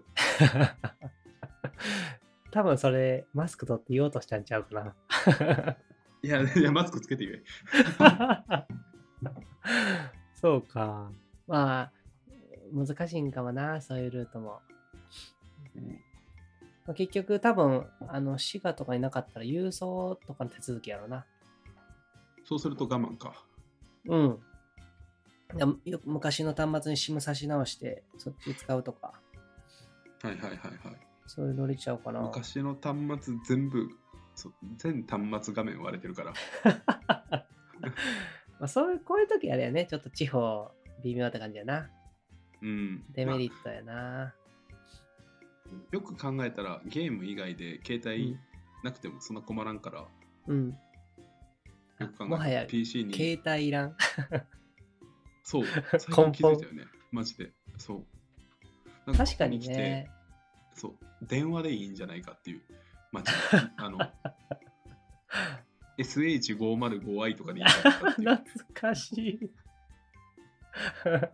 多分それマスク取って言おうとしたんちゃうかな。 いやいやマスクつけて言え。 そうか。まあ難しいんかもな、そういうルートも。うん、結局多分あの滋賀とかになかったら郵送とかの手続きやろな。 そうすると我慢か。 うん。よ昔の端末に SIM 差し直してそっち使うとか。 はいはいはいはい。 そういうのれちゃうかな。 昔の端末全部全端末画面割れてるから。 まあそういうこういう時あれやね、ちょっと地方微妙って感じやな。 うん。 デメリットやな、まあ。 よく考えたらゲーム以外で携帯なくてもそんな困らんから。 うん。よく考えたらもはや ピーシー に携帯いらん。 そう。最近気づいたよね。マジで。そう。 確かにね。 そう。電話でいいんじゃないかっていう。マジで。あの。エスエイチごーまるごアイ とかでいいんじゃないかっていう。 懐かしい。確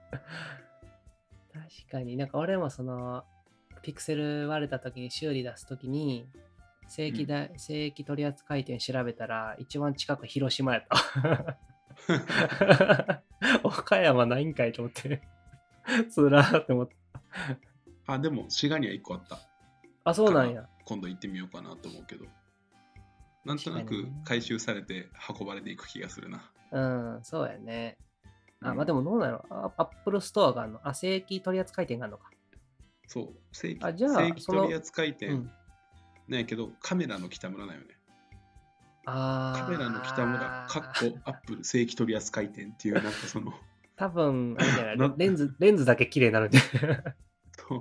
かになんか俺もそのピクセル割れた時に修理出す時に正規だ、うん、正規取扱店調べたら一番近く広島やった岡山ないんかいと思ってつらーって思った。 あでも滋賀にはいっこあった。 あそうなんや。 今度行ってみようかなと思うけど、なんとなく回収されて運ばれていく気がするな。 うんそうやね。あ、まあでもどうなの？アップルストアがあるの？あ、正規取扱店があるのか。 そう、正規、 あじゃあ正規取扱店、うん、なんやけど、カメラの北村だよね。 あカメラの北村、かっこアップル正規取扱店っていう、なんかその。 多分あれじゃないレンズ、レンズだけ綺麗になるんで。 そう。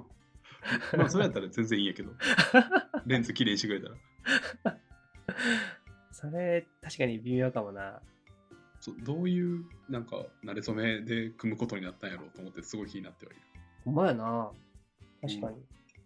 まあ、それやったら全然いいんやけど。レンズ綺麗にしてくれたら。 それ、確かに微妙かもな。 そうどういうなんか慣れ初めで組むことになったんやろうと思ってすごい気になってはいる。 ほんまやな。確かに、うん、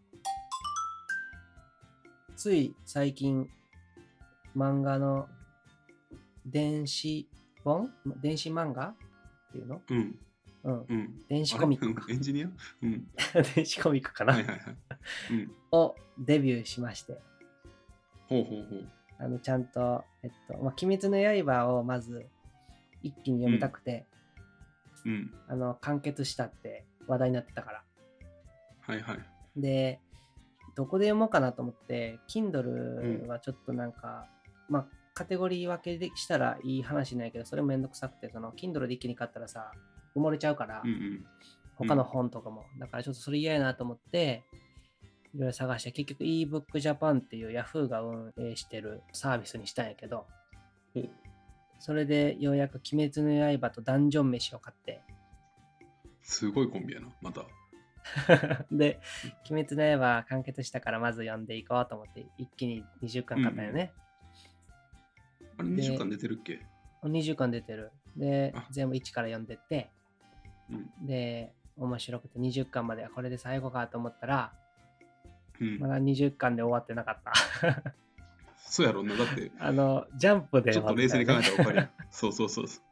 つい最近漫画の電子本電子漫画っていうのうんうん、うん、電子コミックエンジニア、うん、 電子コミックかな、 はいはいはいうん、 をデビューしまして、 ほうほうほうあのちゃんとえっと、まあ、鬼滅の刃をまず一気に読みたくて、 うんうん、 あの完結したって話題になってたから。 はいはい。 で、どこで読もうかなと思って、Kindle はちょっとなんか、うん、まあカテゴリー分けでしたらいい話ないけど、それもめんどくさくて、その Kindle で一気に買ったらさ、埋もれちゃうから、 うんうん、 他の本とかも、だからちょっとそれ嫌やなと思って、いろいろ探して、結局 ebook Japan っていう Yahoo が運営してるサービスにしたんやけど、 うんそれでようやく鬼滅の刃とダンジョン飯を買って。 すごいコンビやな、また。 で、鬼滅の刃完結したからまず読んでいこうと思って一気ににじゅっかん買ったよね。 うあれにじゅっかん出てるっけ？ にじゅっかん出てる。で、全部いちから読んでって、 うん、 で、面白くてにじゅっかんまではこれで最後かと思ったら、 うん、 まだにじゅっかんで終わってなかった。 そうやろうな。だって、 あの、ジャンプでちょっと冷静に考えたら分かるやん。そうそうそうそう。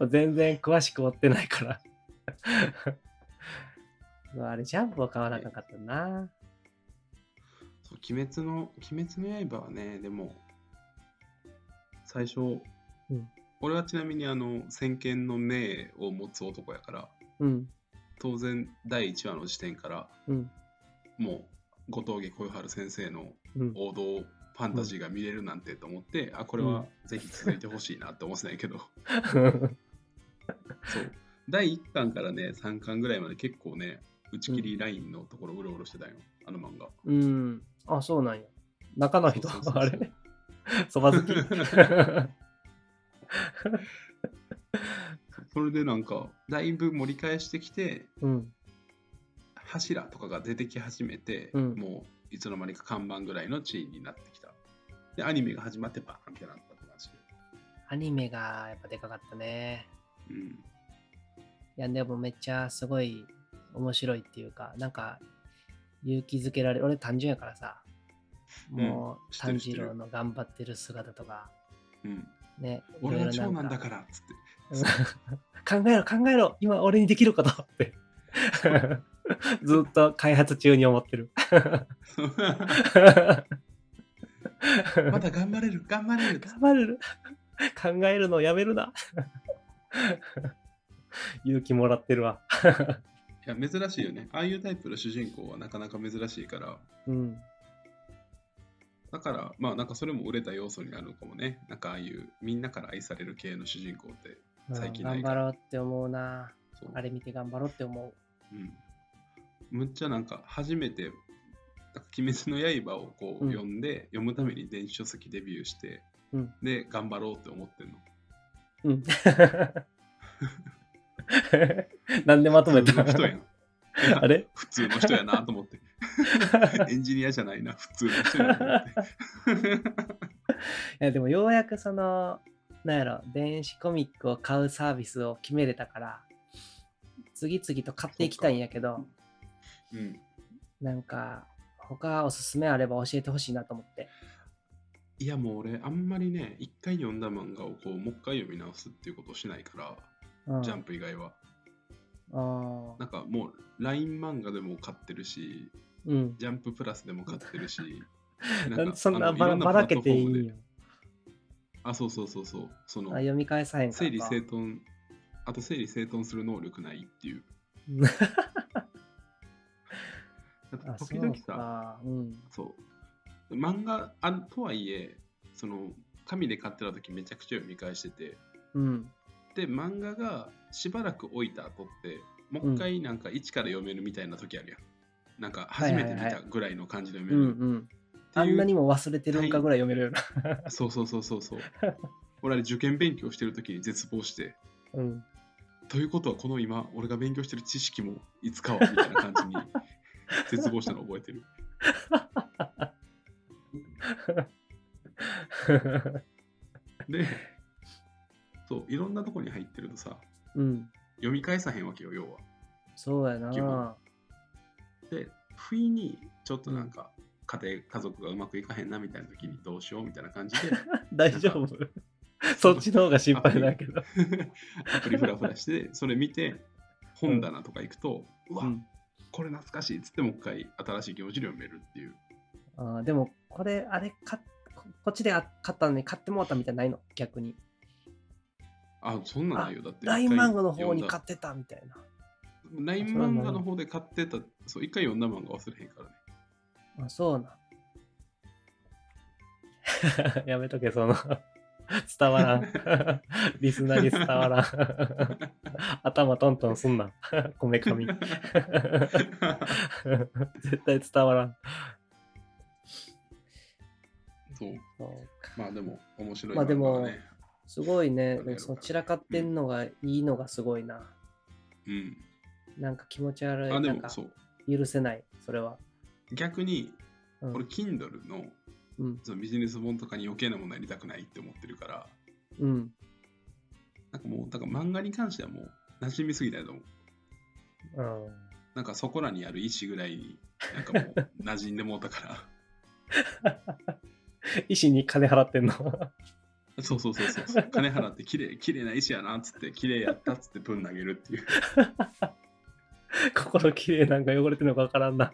全然詳しく追ってないからあれ、ジャンプを買わなかったな。 そう、鬼滅の、鬼滅の刃はね、でも、最初、うん、俺はちなみにあの先見の明を持つ男やから、 うん、 当然だいいちわの時点から、うん、もう後藤家小夜春先生の王道ファンタジーが見れるなんてと思って、うん、あこれはぜひ続いてほしいなって思ってたんやけど、うん、そうだいいっかんからねさんかんぐらいまで結構ね打ち切りラインのところうろうろしてたよ、あの漫画。 うん、あそうなんや。中の人あれそば好きそれでなんかだいぶ盛り返してきて、 うん、 柱とかが出てき始めて、うん、もういつの間にか看板ぐらいの地位になってきた。でアニメが始まってバーンってなったって感じで。 アニメがやっぱでかかったね。 うん。いやでもめっちゃすごい面白いっていうか、なんか勇気づけられる。俺単純やからさ、もう、うん、炭治郎の頑張ってる姿とか、 うん、 ね、 俺は長男だからっつって考えろ考えろ今俺にできることってずっと開発中に思ってるまだ頑張れる頑張れる頑張れる考えるのやめるな勇気もらってるわいや珍しいよね。ああいうタイプの主人公はなかなか珍しいから、 うん、 だからまあなんかそれも売れた要素になるのかもね。なんかああいうみんなから愛される系の主人公って最近ないから、 うん、頑張ろうって思うな。あれ見て頑張ろうって思う。 うん。むっちゃなんか初めて鬼滅の刃をこう読んで、うん、読むために電子書籍デビューして、うん、で頑張ろうって思ってんの。 うん。なんでまとめたの人やん。 あれ普通の人やなと思って。エンジニアじゃないな、普通の人やなと思って。 いやでもようやくそのなんやろ電子コミックを買うサービスを決めれたから次々と買っていきたいんやけど、 うん、 なんか他おすすめあれば教えてほしいなと思って。 いやもう俺あんまりね一回読んだ漫画をこうもう一回読み直すっていうことをしないから、うん、ジャンプ以外は。 あなんかもう ライン 漫画でも買ってるし、うん、ジャンププラスでも買ってるしなんかそんなばらばらけていいんよ。 あ、そうそうそうそう。そのあ読み返さへんからか。 整理整頓、あと整理整頓する能力ないっていう。時々さ、うん、そう漫画あとはいえその紙で買ってた時めちゃくちゃ読み返してて、 うん、 で漫画がしばらく置いた後ってもう一回なんか一から読めるみたいな時あるやん、うん、なんか初めて見たぐらいの感じで読める、 はいはいはい、あんなにも忘れてるんかぐらい読めるよなそうそうそうそうそう俺あれ受験勉強してる時に絶望して、 うん、 ということはこの今俺が勉強してる知識もいつかはみたいな感じに絶望したの覚えてるでそういろんなとこに入ってるとさ、 うん、 読み返さへんわけよ要は。 そうやな。 で不意にちょっとなんか、うん、家庭家族がうまくいかへんなみたいな時にどうしようみたいな感じで大丈夫そっちの方が心配だけどアプリフラフラしてそれ見て本棚とか行くと、うん、うわ、うん、これ懐かしいっつってもう一回新しい気持ちで読めるっていう。 あでもこれあれかこっちで買ったのに買ってもらったみたいなないの逆に。 あそんなんないよ。だってライン漫画の方に買ってたみたいな。 ライン漫画の方で買ってたそう一回読んだ漫画忘れへんからね。 あそうなやめとけその伝わらんリスナーに伝わらん頭トントンすんなこめかみ絶対伝わらん。 そうまあでも面白い、 ね、まあでもすごいね。でもそちらかってんのがいいのがすごいな。 うん。 なんか気持ち悪い。 あでもそう許せないそれは。 逆に、うん、俺 Kindle のうん、 そのビジネス本とかに余計なものやりたくないって思ってるから、 うん、 なんかもうだから漫画に関してはもう馴染みすぎたと思う。 うん、 なんかそこらにある石ぐらいになんかもう馴染んでもうたから石に金払ってんのそうそうそうそう、金払ってきれいきれいな石やなっつってきれいやったっつって分投げるっていう心きれいなんか汚れてるのかわからんな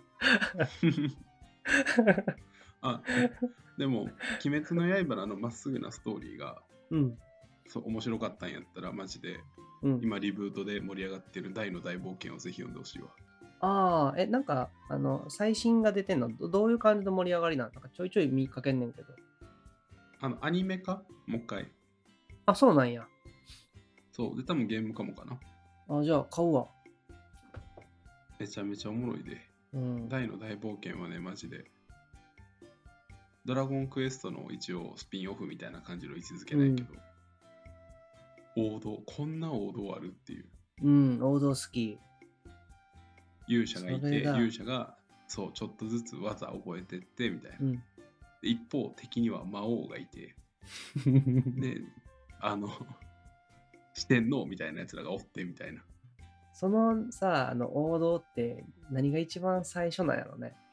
あ、でも「鬼滅の刃」のあのまっすぐなストーリーが、 うん、 そう面白かったんやったらマジで、うん、今リブートで盛り上がってる大の大冒険をぜひ読んでほしいわ。 ああ、え、なんかあの最新が出てんの ど, どういう感じの盛り上がりなの？なんかちょいちょい見かけんねんけど。 あのアニメかもう一回。 あ、そうなんや。 そうで多分ゲームかもかな。 あ、じゃあ買うわ。 めちゃめちゃおもろいで、うん、大の大冒険はねマジでドラゴンクエストの一応スピンオフみたいな感じの位置づけないけど、うん、王道、こんな王道あるっていう。 うん、王道好き。 勇者がいて、勇者がそうちょっとずつ技を覚えてってみたいな。うん、一方敵には魔王がいてであの四天王みたいなやつらがおってみたいな。 そのさ、あの王道って何が一番最初なんやろね。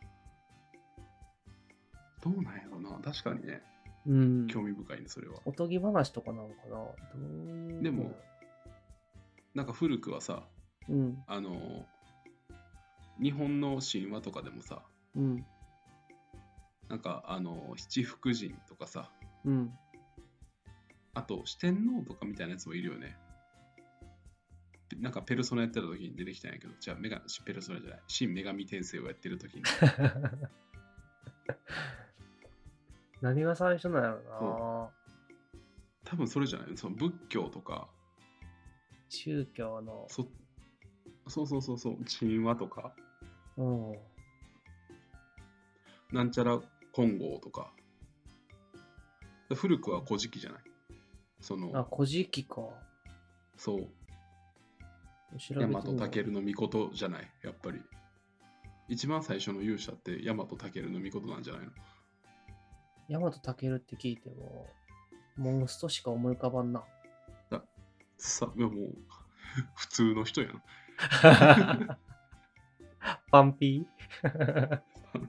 どうなんやろな、確かにね、 うん、 興味深いねそれは。 おとぎ話とかなのかな。どうでもなんか古くはさ、 うん、 あの日本の神話とかでもさ、 うん、 なんかあの七福神とかさ、 うん、 あと四天王とかみたいなやつもいるよね。なんかペルソナやってた時に出てきたんやけど、じゃあメガペルソナじゃない、新女神転生をやってる時に何が最初なんやろな。 多分それじゃない、その仏教とか宗教のそそうそうそうそう神話とか、 うん、 なんちゃら金剛とか。古くは古事記じゃない。そのあ、古事記か。 そう大和武の御事じゃない、やっぱり一番最初の勇者って大和武の御事なんじゃないの。 大和武って聞いてもモンストしか思い浮かばんな。 ださいやもう普通の人やんパンピー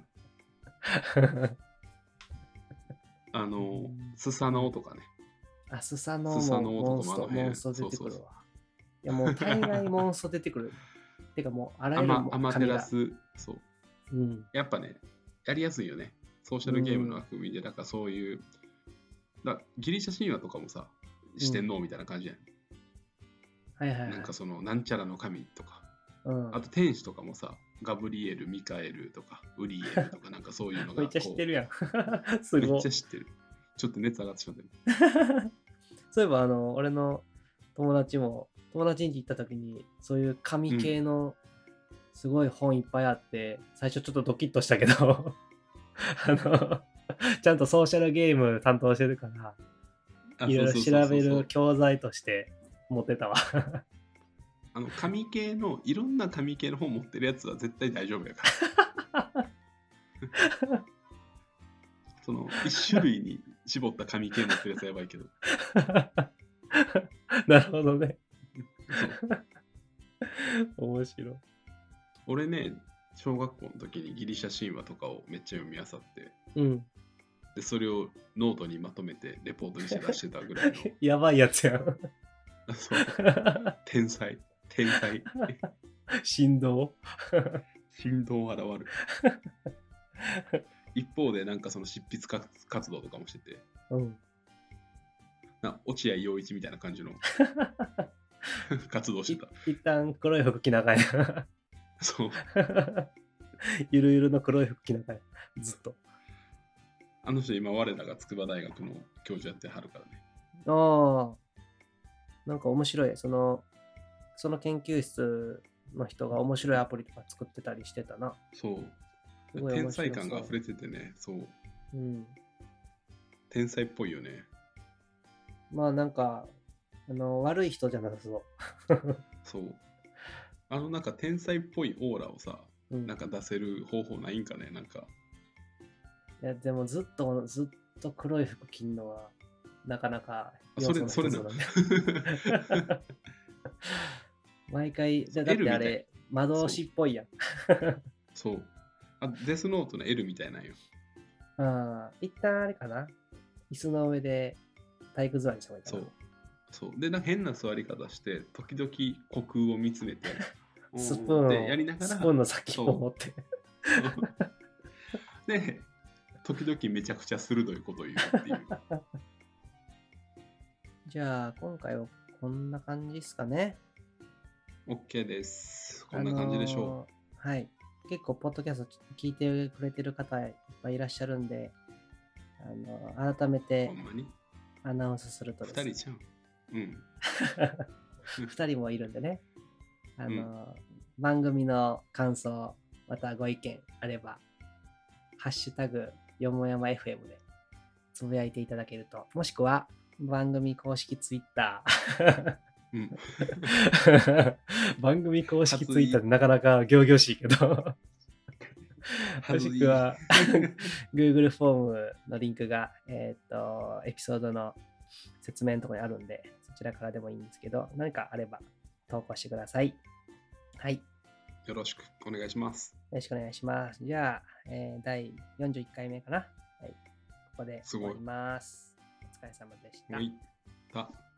あのスサノオとかね。 あ、スサノオもモンストモンスト出てくるわ。いやもう大概モンスト出てくるてかもうあらゆるアマテラス、そう、 うん、 やっぱねやりやすいよねソーシャルゲームの枠組みで。だからそういうだギリシャ神話とかもさ四天王みたいな感じやん、 うん、はいはい、はい、 なんかそのなんちゃらの神とか、 うん、 あと天使とかもさガブリエル、ミカエルとかウリエルとかなんかそういうのがめっちゃ知ってるやんすごいめっちゃ知ってる。ちょっと熱上がってしまってるそういえばあの俺の友達も友達に行った時にそういう神系のすごい本いっぱいあって、うん、最初ちょっとドキッとしたけどあのちゃんとソーシャルゲーム担当してるからいろいろ調べる教材として持ってたわあの神系のいろんな神系の本持ってるやつは絶対大丈夫やからその一種類に絞った神系持ってるやつはやばいけどなるほどね面白い。 俺ね小学校の時にギリシャ神話とかをめっちゃ読み漁って、 うん、 でそれをノートにまとめてレポートにして出してたぐらいのやばいやつやんそう天才天才振動振動現る一方でなんかその執筆活動とかもしてて、 うん、 な落合陽一みたいな感じの活動してた。 一旦黒い服着ながらそうゆるゆるの黒い服着ながらずっと。 あの人今我らが筑波大学の教授やってはるからね。 ああ、なんか面白い。そのその研究室の人が面白いアプリとか作ってたりしてたな。 そう天才感が溢れててね。そう、うん、天才っぽいよね。 まあなんかあの悪い人じゃなさそうそうあのなんか天才っぽいオーラをさ、うん、なんか出せる方法ないんかね。なんかいや、でもずっと、ずっと黒い服着んのは、なかなかそれ、それな。 毎回、だってあれ、窓押しっぽいやん。 そう。あ、デスノートの L みたいなんよ。 ああ、一旦あれかな。椅子の上で体育座りした方がいいかな。 そう。そう。で、なんか変な座り方して、時々虚空を見つめて、 スプーンでやりながら、 スプーンの先を持って。 で、時々めちゃくちゃ鋭いことを言うっていう。 じゃあ、今回はこんな感じですかね。 OK です。こんな感じでしょう。あのー、はい。結構、ポッドキャスト聞いてくれてる方いっぱいいらっしゃるんで、あの改めてアナウンスするとですね。 ふたりちゃん。うん。 ふたりもいるんでね。あの、うん、番組の感想、またご意見あれば、ハッシュタグ、よもやま エフエム でつぶやいていただけると、もしくは番組公式ツイッター。うん、番組公式ツイッターってなかなか仰々しいけどもしくはGoogle フォームのリンクが、えっと、エピソードの説明のところにあるんで、そちらからでもいいんですけど、何かあれば投稿してください。はい。 よろしくお願いします。 よろしくお願いします。じゃあ、えー、だいよんじゅういっかいめかな。はい。ここで終わります。お疲れ様でした。 はい。